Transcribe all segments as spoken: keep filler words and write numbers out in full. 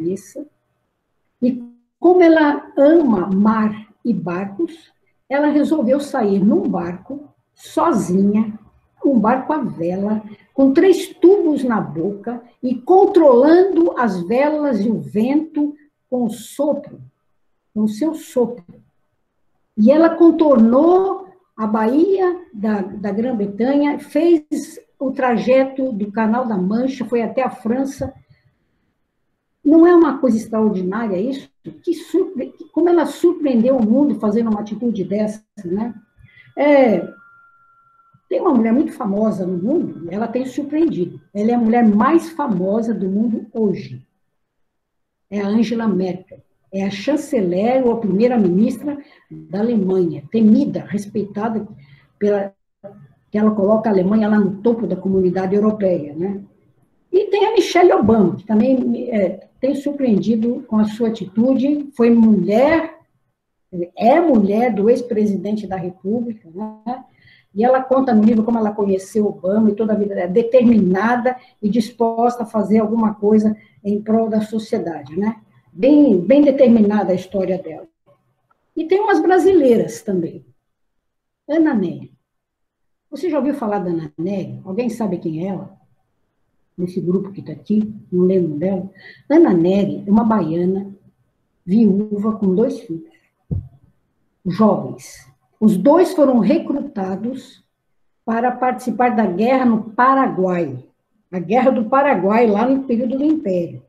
cabeça, e como ela ama mar e barcos, ela resolveu sair num barco, sozinha, um barco à vela, com três tubos na boca e controlando as velas e o vento com o sopro, com o seu sopro. E ela contornou a Baía da, da Grã-Bretanha, fez o trajeto do Canal da Mancha, foi até a França. Não é uma coisa extraordinária isso? Que surpre... Como ela surpreendeu o mundo fazendo uma atitude dessa, né? É... Tem uma mulher muito famosa no mundo, ela tem surpreendido. Ela é a mulher mais famosa do mundo hoje. É a Angela Merkel. É a chanceler ou a primeira-ministra da Alemanha, temida, respeitada, pela que ela coloca a Alemanha lá no topo da comunidade europeia, né? E tem a Michelle Obama, que também é, tem surpreendido com a sua atitude, foi mulher, é mulher do ex-presidente da República, né? E ela conta no livro como ela conheceu Obama e toda a vida é determinada e disposta a fazer alguma coisa em prol da sociedade, né? Bem, bem determinada a história dela. E tem umas brasileiras também. Ana Nery. Você já ouviu falar da Ana Nery? Alguém sabe quem é ela? Nesse grupo que está aqui, não lembro dela. Ana Nery é uma baiana, viúva, com dois filhos, jovens. Os dois foram recrutados para participar da guerra no Paraguai. A guerra do Paraguai, lá no período do Império.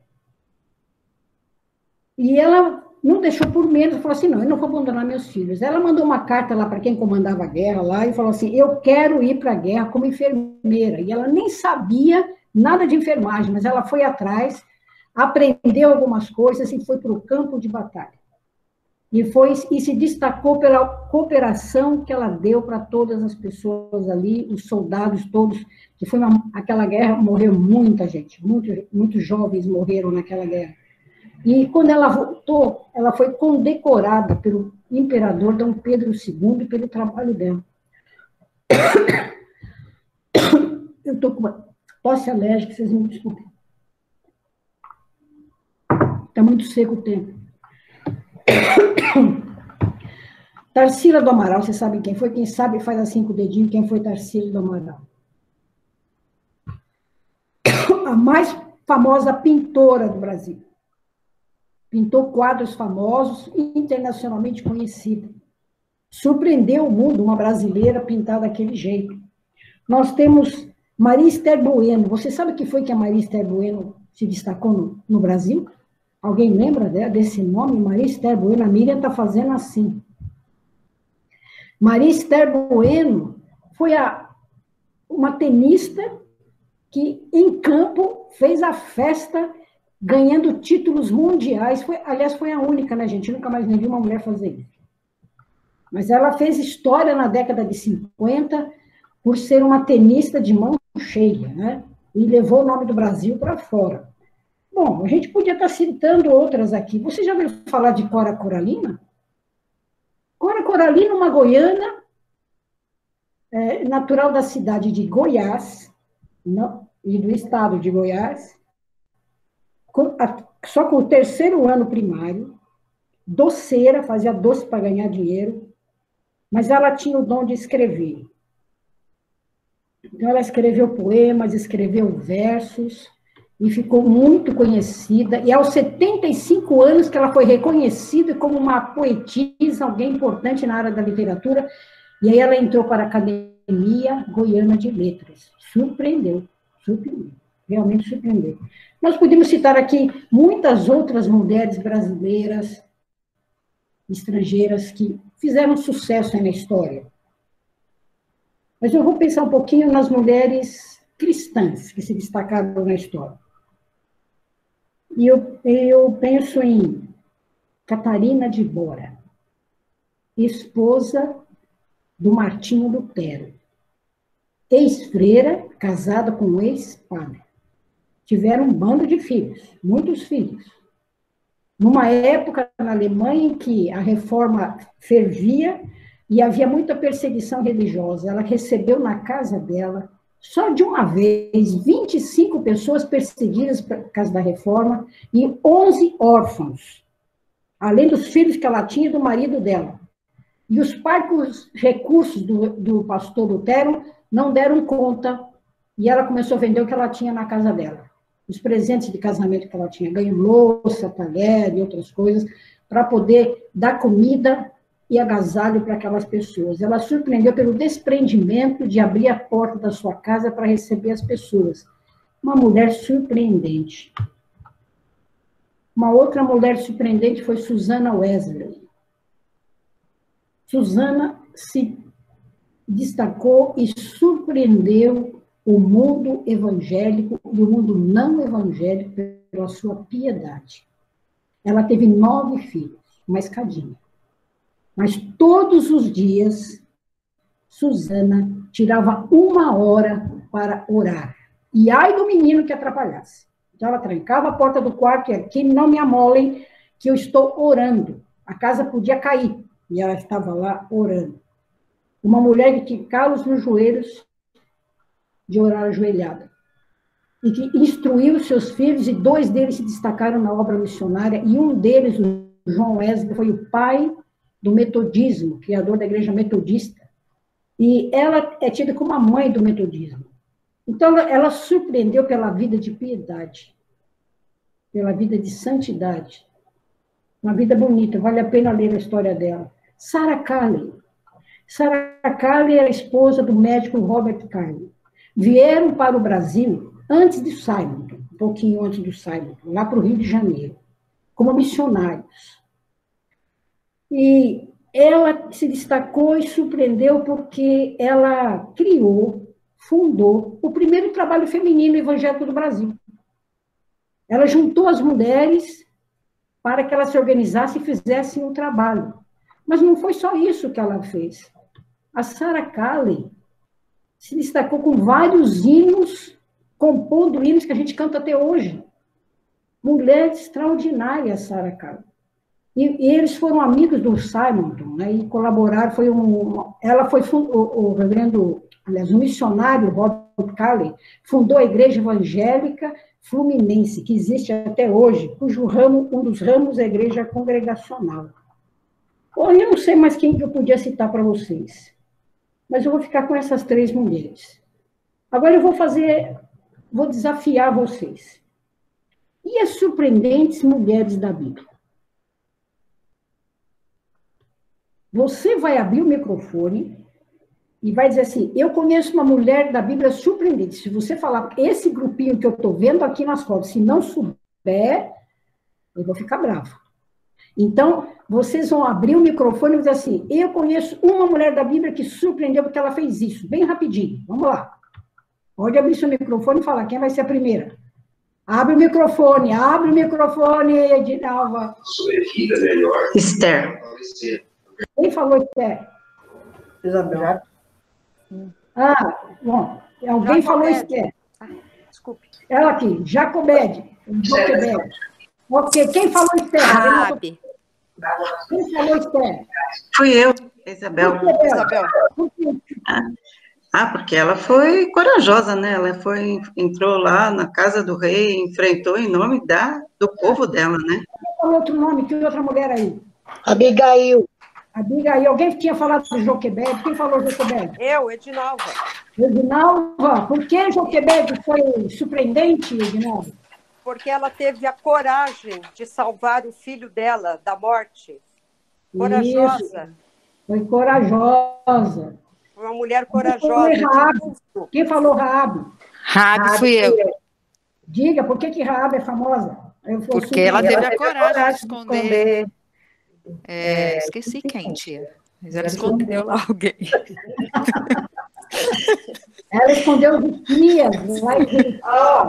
E ela não deixou por menos, falou assim, não, eu não vou abandonar meus filhos. Ela mandou uma carta lá para quem comandava a guerra lá e falou assim, eu quero ir para a guerra como enfermeira. E ela nem sabia nada de enfermagem, mas ela foi atrás, aprendeu algumas coisas e foi para o campo de batalha. E, foi, e se destacou pela cooperação que ela deu para todas as pessoas ali, os soldados todos, que foi uma, aquela guerra, morreu muita gente, muitos, muitos jovens morreram naquela guerra. E quando ela voltou, ela foi condecorada pelo imperador Dom Pedro segundo pelo trabalho dela. Eu estou com uma tosse alérgica, vocês me desculpem. Está muito seco o tempo. Tarsila do Amaral, vocês sabem quem foi? Quem sabe faz assim com o dedinho, quem foi Tarsila do Amaral? A mais famosa pintora do Brasil. Pintou quadros famosos e internacionalmente conhecida. Surpreendeu o mundo, uma brasileira pintada daquele jeito. Nós temos Maria Esther Bueno. Você sabe que foi que a Maria Esther Bueno se destacou no, no Brasil? Alguém lembra desse nome? Maria Esther Bueno. A Miriam está fazendo assim. Maria Esther Bueno foi a, uma tenista que, em campo, fez a festa ganhando títulos mundiais. Foi, aliás, foi a única, né, gente? Nunca mais vi uma mulher fazer isso. Mas ela fez história na década de cinquenta por ser uma tenista de mão cheia, né? E levou o nome do Brasil para fora. Bom, a gente podia estar citando outras aqui. Você já ouviu falar de Cora Coralina? Cora Coralina, uma goiana, é, natural da cidade de Goiás, não, e do estado de Goiás, com a, só com o terceiro ano primário, doceira, fazia doce para ganhar dinheiro, mas ela tinha o dom de escrever. Então, ela escreveu poemas, escreveu versos, e ficou muito conhecida, e aos setenta e cinco anos que ela foi reconhecida como uma poetisa, alguém importante na área da literatura, e aí ela entrou para a Academia Goiana de Letras. Surpreendeu, surpreendeu, realmente surpreendeu. Nós podemos citar aqui muitas outras mulheres brasileiras, estrangeiras, que fizeram sucesso na história. Mas eu vou pensar um pouquinho nas mulheres cristãs que se destacaram na história. E eu, eu penso em Catarina de Bora, esposa do Martinho Lutero, ex-freira, casada com um ex-padre. Tiveram um bando de filhos, muitos filhos. Numa época na Alemanha em que a reforma fervia e havia muita perseguição religiosa, ela recebeu na casa dela Só de uma vez, vinte e cinco pessoas perseguidas por causa da reforma e onze órfãos, além dos filhos que ela tinha e do marido dela. E os parcos recursos do, do pastor Lutero não deram conta, e ela começou a vender o que ela tinha na casa dela. Os presentes de casamento que ela tinha ganho, louça, talher e outras coisas, para poder dar comida e agasalho para aquelas pessoas. Ela surpreendeu pelo desprendimento de abrir a porta da sua casa para receber as pessoas. Uma mulher surpreendente. Uma outra mulher surpreendente foi Susana Wesley. Susana se destacou e surpreendeu o mundo evangélico e o mundo não evangélico pela sua piedade. Ela teve nove filhos, uma escadinha. Mas todos os dias, Susana tirava uma hora para orar. E ai do menino que atrapalhasse. Então, ela trancava a porta do quarto e aqui não me amolem que eu estou orando. A casa podia cair. E ela estava lá orando. Uma mulher que tinha calos nos joelhos de orar ajoelhada. E que instruiu seus filhos, e dois deles se destacaram na obra missionária, e um deles, o João Wesley, foi o pai do metodismo, criador da igreja metodista. E ela é tida como a mãe do metodismo. Então, ela, ela surpreendeu pela vida de piedade, pela vida de santidade. Uma vida bonita, vale a pena ler a história dela. Sarah Calley. Sarah Calley era esposa do médico Robert Calley. Vieram para o Brasil antes de Simonton, um pouquinho antes do Simonton, lá para o Rio de Janeiro, como missionários. E ela se destacou e surpreendeu porque ela criou, fundou o primeiro trabalho feminino evangélico do Brasil. Ela juntou as mulheres para que elas se organizassem e fizessem o trabalho. Mas não foi só isso que ela fez. A Sarah Calley se destacou com vários hinos, compondo hinos que a gente canta até hoje. Mulher extraordinária, Sarah Calley. E, e eles foram amigos do Simonton, né, e colaboraram. Foi um, ela foi, o, o reverendo, aliás, o missionário Robert Calley fundou a Igreja Evangélica Fluminense, que existe até hoje, cujo ramo, um dos ramos é a Igreja Congregacional. Bom, eu não sei mais quem que eu podia citar para vocês, mas eu vou ficar com essas três mulheres. Agora eu vou fazer, vou desafiar vocês. E as surpreendentes mulheres da Bíblia? Você vai abrir o microfone e vai dizer assim, eu conheço uma mulher da Bíblia surpreendente. Se você falar, esse grupinho que eu estou vendo aqui nas fotos, se não souber, eu vou ficar brava. Então, vocês vão abrir o microfone e dizer assim, eu conheço uma mulher da Bíblia que surpreendeu porque ela fez isso. Bem rapidinho, vamos lá. Pode abrir seu microfone e falar, quem vai ser a primeira? Abre o microfone, abre o microfone, Edinalva. Esther. Quem falou Esther? Isabel. Ah, bom, alguém Jacobede. falou Esther. Ah, desculpe. Ela aqui, Jacobede. Jacobede. Ok, quem falou Esther? Raabe. Quem falou Esther? Fui eu, Isabel. Isabel. Ah, porque ela foi corajosa, né? Ela foi, entrou lá na casa do rei, enfrentou em nome da, do povo dela, né? Quem falou outro nome? Que outra mulher aí? Abigail. Abigail. Alguém tinha falado de Joquebede? Quem falou Joquebede? Eu, Edinalva. Edinalva. Por que Joquebede foi surpreendente, Edinalva? Porque ela teve a coragem de salvar o filho dela da morte. Corajosa. Isso. Foi corajosa. Uma mulher Quem falou corajosa. Raabe? Quem falou Raabe? Raabe fui eu. Diga, por que que Raabe é famosa? Eu vou Porque subir. ela teve Ela a teve coragem de esconder. esconder. É, esqueci quem, tia. Mas ela escondeu lá alguém. Ela escondeu os espias lá em Jericó.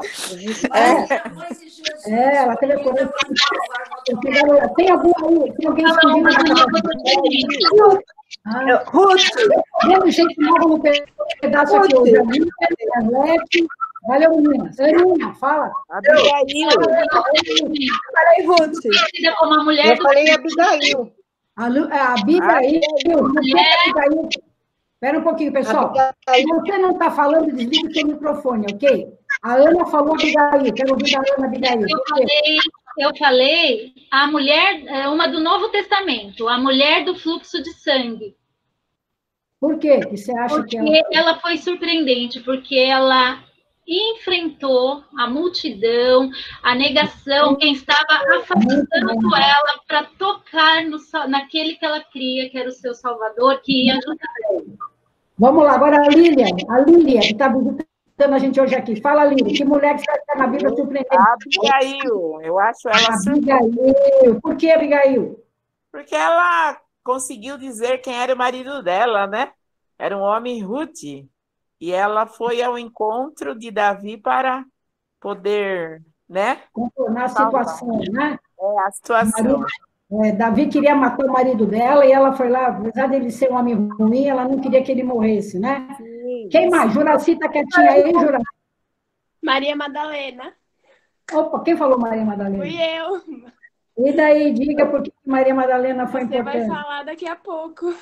É, é, ela teve coragem. Tem algum aí? Tem alguém escondido na ah, Ruth. vendo gente nova no pedaço aqui hoje. Arlete. Valeu, meninas. Aninha, fala. Abigail. Falei, Ruth. Como a mulher Eu falei Abigail. A, Lu- a Abigail. Abigail. Espera um pouquinho, pessoal. Se você não está falando, desliga o seu microfone, ok? A Ana falou Abigail. Quero ouvir da Ana Abigail. Eu falei, eu falei a mulher, uma do Novo Testamento, a mulher do fluxo de sangue. Por quê que você acha porque que ela... ela foi surpreendente, porque ela enfrentou a multidão, a negação, quem estava afastando ela para tocar no, naquele que ela cria, que era o seu Salvador, que ia ajudar. Vamos lá, agora a Lília, a Lília, que está visitando a gente hoje aqui. Fala, Lília, que mulher que está na Bíblia surpreendente? Abigail, eu acho ela surpreendente. Abigail, por que Abigail? Porque ela conseguiu dizer quem era o marido dela, né? Era um homem Ruth. E ela foi ao encontro de Davi para poder, né? Contornar a situação, né? É, a situação. Marido, é, Davi queria matar o marido dela e ela foi lá, apesar dele ser um homem ruim, ela não queria que ele morresse, né? Sim, quem mais? Juraci está quietinha aí, Juraci? Maria Madalena. Opa, quem falou Maria Madalena? Fui eu. E daí, diga por que Maria Madalena foi Você importante. Você vai falar daqui a pouco.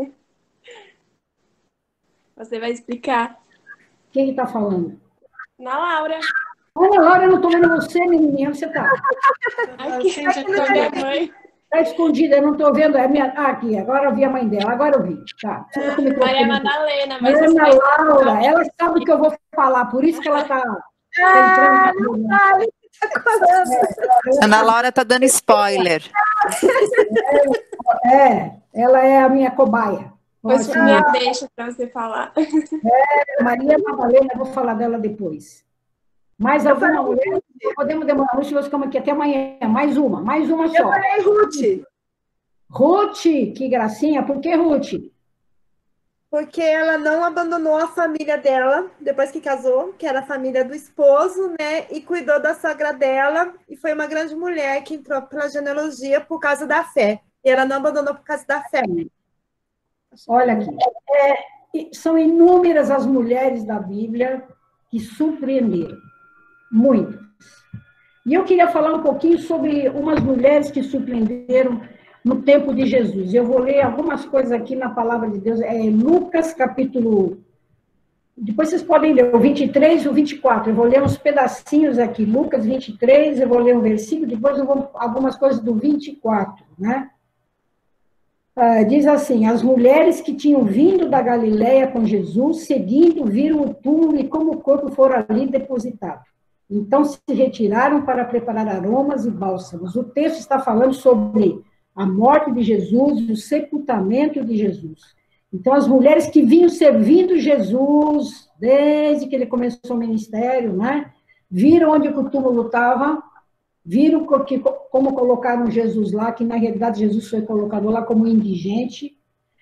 Você vai explicar. Quem está falando? Na Laura. Ana Laura, eu não estou vendo você, menininha. Onde você está? Aqui, já estou com minha mãe. Está escondida, eu não estou vendo. É minha... Ah, aqui, agora eu vi a mãe dela. Agora eu vi. Tá. Maria Madalena. Mas Ana Laura, ela sabe que eu vou falar, por isso que ela está ah, entrando. Não é, Ana Laura está dando spoiler. É, é, ela é a minha cobaia. Pois me ah, deixa para você falar. É, Maria Madalena, eu vou falar dela depois. Mais alguma mulher? Podemos demorar muito, nós ficamos aqui até amanhã. Mais uma, mais uma só. Eu falei Ruth. Ruth, que gracinha. Por que Ruth? Porque ela não abandonou a família dela, depois que casou, que era a família do esposo, né? E cuidou da sogra dela. E foi uma grande mulher que entrou pela genealogia por causa da fé. E ela não abandonou por causa da fé. Olha aqui, é, são inúmeras as mulheres da Bíblia que surpreenderam, muitas. E eu queria falar um pouquinho sobre umas mulheres que surpreenderam no tempo de Jesus. Eu vou ler algumas coisas aqui na palavra de Deus, é Lucas capítulo... Depois vocês podem ler o vinte e três e o vinte e quatro, eu vou ler uns pedacinhos aqui, Lucas vinte e três, eu vou ler um versículo, depois eu vou algumas coisas do vinte e quatro, né? Uh, diz assim, as mulheres que tinham vindo da Galileia com Jesus, seguindo, viram o túmulo e como o corpo fora ali depositado. Então se retiraram para preparar aromas e bálsamos. O texto está falando sobre a morte de Jesus e o sepultamento de Jesus. Então as mulheres que vinham servindo Jesus, desde que ele começou o ministério, né, viram onde o túmulo estava, viram que, como colocaram Jesus lá, que na realidade Jesus foi colocado lá como indigente,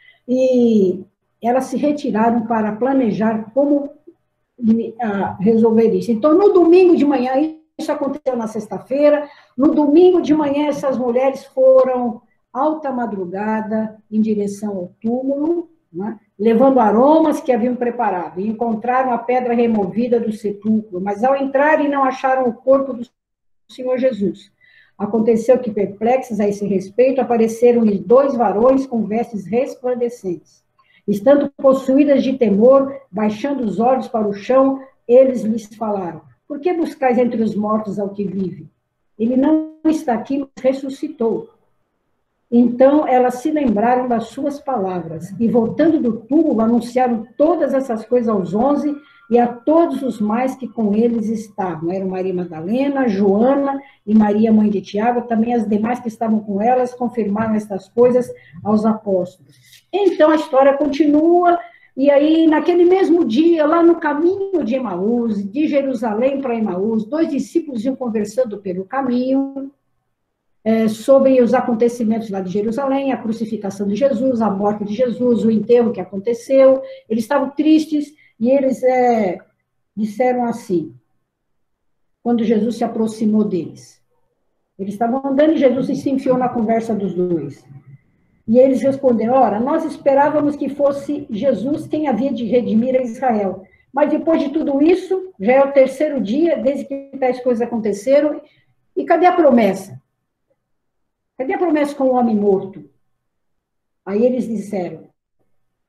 e elas se retiraram para planejar como uh, resolver isso. Então, no domingo de manhã, isso aconteceu na sexta-feira, no domingo de manhã essas mulheres foram alta madrugada em direção ao túmulo, né, levando aromas que haviam preparado, e encontraram a pedra removida do sepulcro, mas ao entrarem não acharam o corpo do Senhor Jesus. Aconteceu que, perplexos a esse respeito, apareceram-lhes dois varões com vestes resplandecentes. Estando possuídas de temor, baixando os olhos para o chão, eles lhes falaram, por que buscais entre os mortos ao que vive? Ele não está aqui, mas ressuscitou. Então, elas se lembraram das suas palavras, e voltando do túmulo, anunciaram todas essas coisas aos onze, e a todos os mais que com eles estavam. Eram Maria Madalena, Joana e Maria, mãe de Tiago, também as demais que estavam com elas, confirmaram estas coisas aos apóstolos. Então, a história continua, e aí, naquele mesmo dia, lá no caminho de Emaús, de Jerusalém para Emaús, dois discípulos iam conversando pelo caminho, é, sobre os acontecimentos lá de Jerusalém, a crucificação de Jesus, a morte de Jesus, o enterro que aconteceu. Eles estavam tristes, e eles é, disseram assim, quando Jesus se aproximou deles. Eles estavam andando e Jesus se enfiou na conversa dos dois. E eles responderam, ora, nós esperávamos que fosse Jesus quem havia de redimir a Israel. Mas depois de tudo isso, já é o terceiro dia, desde que tais coisas aconteceram, e cadê a promessa? Cadê a promessa com o homem morto? Aí eles disseram,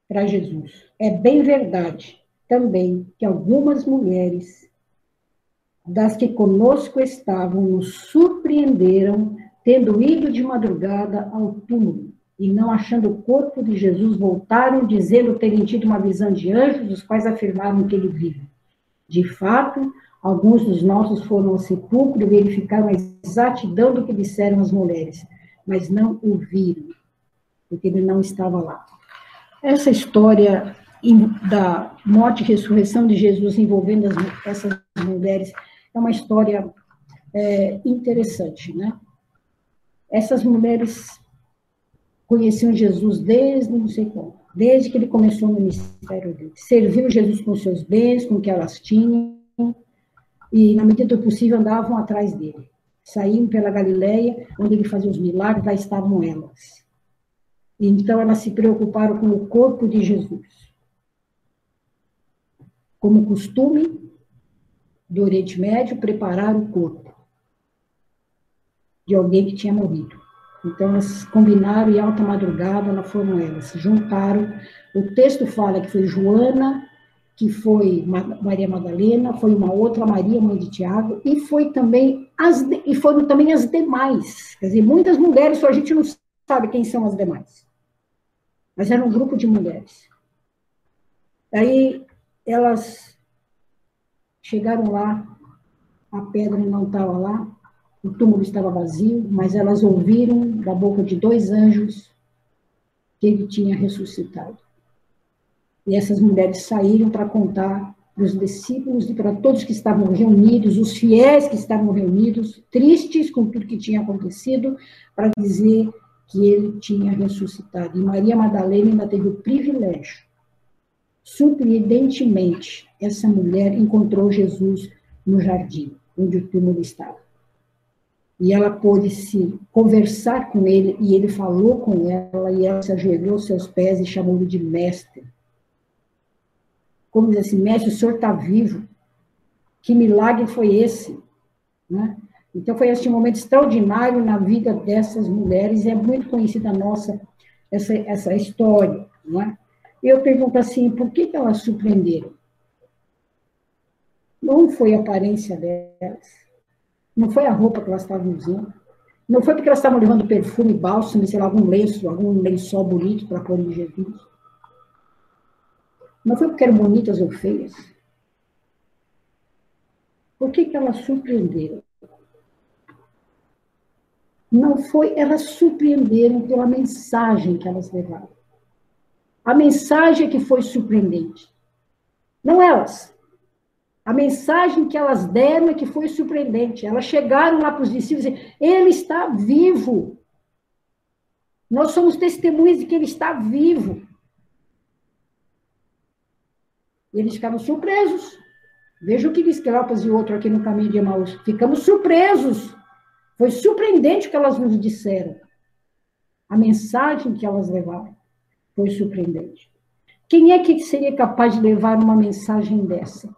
para Jesus. É bem verdade também que algumas mulheres das que conosco estavam nos surpreenderam, tendo ido de madrugada ao túmulo, e não achando o corpo de Jesus, voltaram, dizendo terem tido uma visão de anjos, os quais afirmaram que ele vive. De fato, alguns dos nossos foram ao sepulcro e verificaram a exatidão do que disseram as mulheres, mas não o viram, porque ele não estava lá. Essa história da morte e ressurreição de Jesus envolvendo as, essas mulheres é uma história é, interessante, né? Essas mulheres conheciam Jesus desde não sei como, desde que ele começou no ministério dele. Serviu Jesus com seus bens, com o que elas tinham, e, na medida do possível, andavam atrás dele. Saíam pela Galileia, onde ele fazia os milagres, lá estavam elas. Então, elas se preocuparam com o corpo de Jesus. Como costume do Oriente Médio, preparar o corpo de alguém que tinha morrido. Então, elas combinaram, e alta madrugada, lá foram elas, se juntaram. O texto fala que foi Joana, que foi Maria Madalena, foi uma outra Maria, mãe de Tiago, e, foi também as, e foram também as demais. Quer dizer, muitas mulheres, só a gente não sabe quem são as demais. Mas era um grupo de mulheres. Aí, elas chegaram lá, a pedra não estava lá, o túmulo estava vazio, mas elas ouviram da boca de dois anjos que ele tinha ressuscitado. E essas mulheres saíram para contar para os discípulos e para todos que estavam reunidos, os fiéis que estavam reunidos, tristes com tudo que tinha acontecido, para dizer que ele tinha ressuscitado. E Maria Madalena ainda teve o privilégio. Surpreendentemente, essa mulher encontrou Jesus no jardim, onde o túmulo estava. E ela pôde se conversar com ele, e ele falou com ela, e ela se ajoelhou aos seus pés e chamou-o de mestre. Como diz assim, mestre, o senhor está vivo. Que milagre foi esse? Né? Então, foi este momento extraordinário na vida dessas mulheres, e é muito conhecida a nossa, essa, essa história. Não é? E eu pergunto assim, por que, que elas surpreenderam? Não foi a aparência delas, não foi a roupa que elas estavam usando, não foi porque elas estavam levando perfume, bálsamo, sei lá, algum lenço, algum lençol bonito para pôr em Jesus. Não foi porque eram bonitas ou feias. Por que, que elas surpreenderam? Não foi, elas surpreenderam pela mensagem que elas levaram. A mensagem é que foi surpreendente. Não elas. A mensagem que elas deram é que foi surpreendente. Elas chegaram lá para os discípulos e disseram, ele está vivo. Nós somos testemunhas de que ele está vivo. E eles ficaram surpresos. Veja o que diz Cleopas e outro aqui no caminho de Emaús. Ficamos surpresos. Foi surpreendente o que elas nos disseram. A mensagem que elas levaram foi surpreendente. Quem é que seria capaz de levar uma mensagem dessa?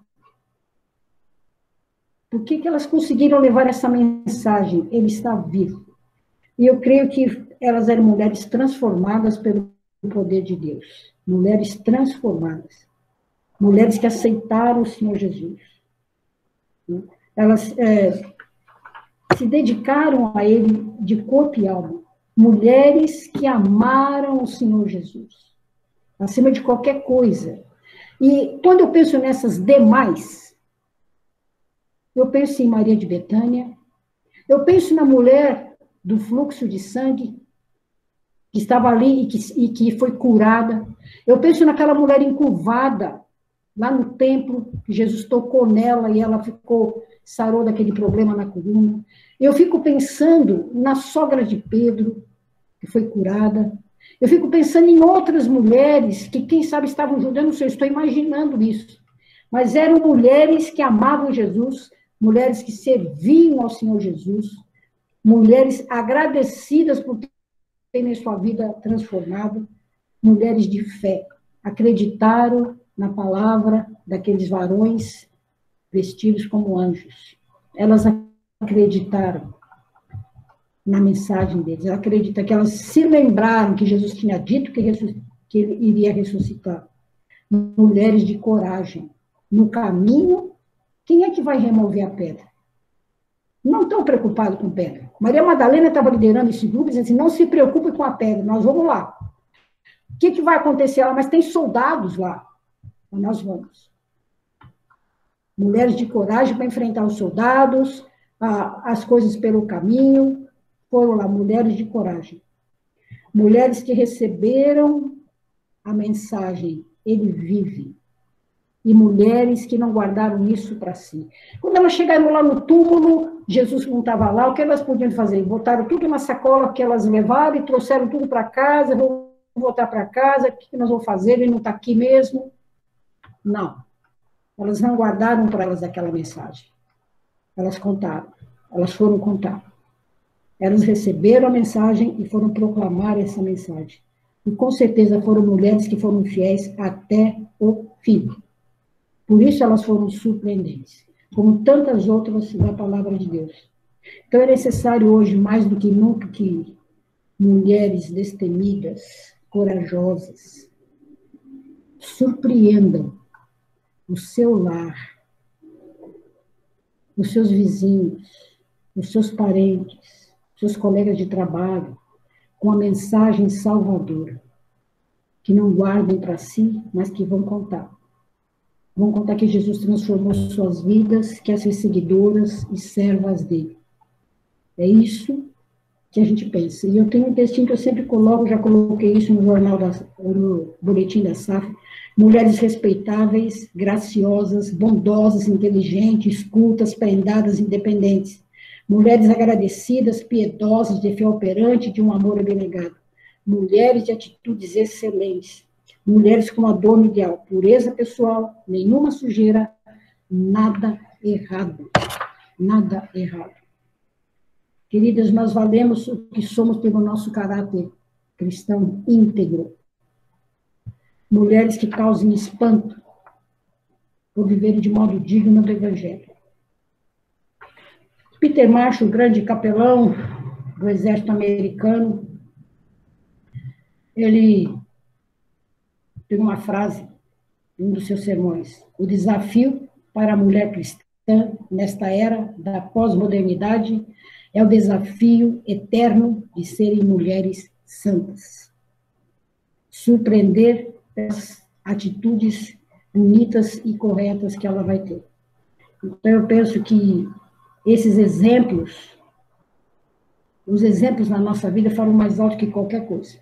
Por que, que elas conseguiram levar essa mensagem? Ele está vivo. E eu creio que elas eram mulheres transformadas pelo poder de Deus. Mulheres transformadas. Mulheres que aceitaram o Senhor Jesus. Elas é, se dedicaram a Ele de corpo e alma. Mulheres que amaram o Senhor Jesus. Acima de qualquer coisa. E quando eu penso nessas demais, eu penso em Maria de Betânia, eu penso na mulher do fluxo de sangue, que estava ali e que, e que foi curada. Eu penso naquela mulher encurvada, lá no templo, que Jesus tocou nela e ela ficou, sarou daquele problema na coluna. Eu fico pensando na sogra de Pedro, que foi curada. Eu fico pensando em outras mulheres que, quem sabe, estavam ajudando, não sei, estou imaginando isso. Mas eram mulheres que amavam Jesus, mulheres que serviam ao Senhor Jesus, mulheres agradecidas por terem sua vida transformada, mulheres de fé, acreditaram na palavra daqueles varões vestidos como anjos. Elas acreditaram na mensagem deles, elas acreditam que elas se lembraram que Jesus tinha dito que, que ele iria ressuscitar. Mulheres de coragem. No caminho, quem é que vai remover a pedra? Não estão preocupados com pedra. Maria Madalena estava liderando esse grupo, dizendo assim, não se preocupe com a pedra, nós vamos lá. O que, que vai acontecer lá? Mas tem soldados lá. Então, nós vamos. Mulheres de coragem para enfrentar os soldados, as coisas pelo caminho. Foram lá, mulheres de coragem. Mulheres que receberam a mensagem, ele vive. E mulheres que não guardaram isso para si. Quando elas chegaram lá no túmulo, Jesus não estava lá, o que elas podiam fazer? Botaram tudo na sacola que elas levaram e trouxeram tudo para casa, vão voltar para casa, o que nós vamos fazer? Ele não está aqui mesmo? Não. Elas não guardaram para elas aquela mensagem. Elas contaram, elas foram contar. Elas receberam a mensagem e foram proclamar essa mensagem. E com certeza foram mulheres que foram fiéis até o fim. Por isso elas foram surpreendentes, como tantas outras da palavra de Deus. Então é necessário hoje, mais do que nunca, que mulheres destemidas, corajosas, surpreendam o seu lar, os seus vizinhos, os seus parentes, os seus colegas de trabalho, com a mensagem salvadora, que não guardem para si, mas que vão contar. Vão contar que Jesus transformou suas vidas, que as seguidoras e servas dele. É isso que a gente pensa. E eu tenho um textinho que eu sempre coloco, já coloquei isso no jornal, da, no boletim da S A F, mulheres respeitáveis, graciosas, bondosas, inteligentes, cultas, prendadas, independentes. Mulheres agradecidas, piedosas, de fé operante, de um amor abnegado. Mulheres de atitudes excelentes. Mulheres com a dor ideal, pureza pessoal, nenhuma sujeira, nada errado. Nada errado. Queridas, nós valemos o que somos pelo nosso caráter cristão íntegro. Mulheres que causem espanto por viverem de modo digno do Evangelho. Peter Marshall, o grande capelão do exército americano, ele tem uma frase em um dos seus sermões: o desafio para a mulher cristã nesta era da pós-modernidade é o desafio eterno de serem mulheres santas. Surpreender as atitudes bonitas e corretas que ela vai ter. Então, eu penso que esses exemplos, os exemplos na nossa vida falam mais alto que qualquer coisa.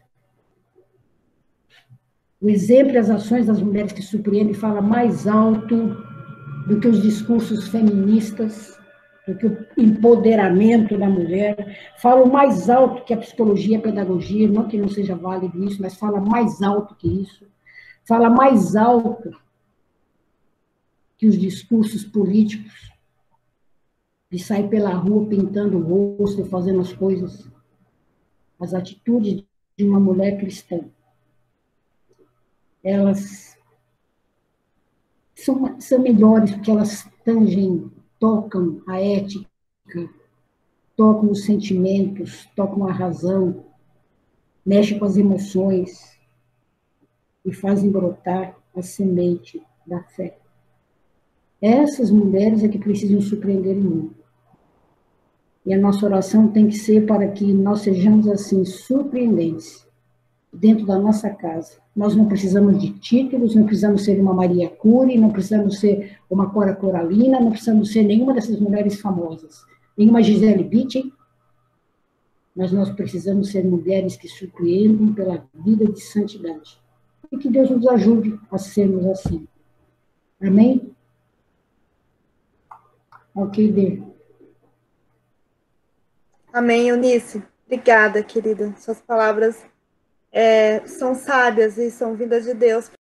O exemplo e as ações das mulheres que surpreendem fala mais alto do que os discursos feministas, do que o empoderamento da mulher, falam mais alto que a psicologia e a pedagogia, não que não seja válido isso, mas fala mais alto que isso, fala mais alto que os discursos políticos, de sair pela rua pintando o rosto, fazendo as coisas. As atitudes de uma mulher cristã, elas são, são melhores, porque elas tangem, tocam a ética, tocam os sentimentos, tocam a razão, mexem com as emoções e fazem brotar a semente da fé. Essas mulheres é que precisam surpreender o mundo. E a nossa oração tem que ser para que nós sejamos assim, surpreendentes, dentro da nossa casa. Nós não precisamos de títulos, não precisamos ser uma Maria Curie, não precisamos ser uma Cora Coralina, não precisamos ser nenhuma dessas mulheres famosas, nenhuma Gisele Bündchen, mas nós precisamos ser mulheres que surpreendem pela vida de santidade. E que Deus nos ajude a sermos assim. Amém? Ok, Dê. Amém, Eunice. Obrigada, querida. Suas palavras é, são sábias e são vindas de Deus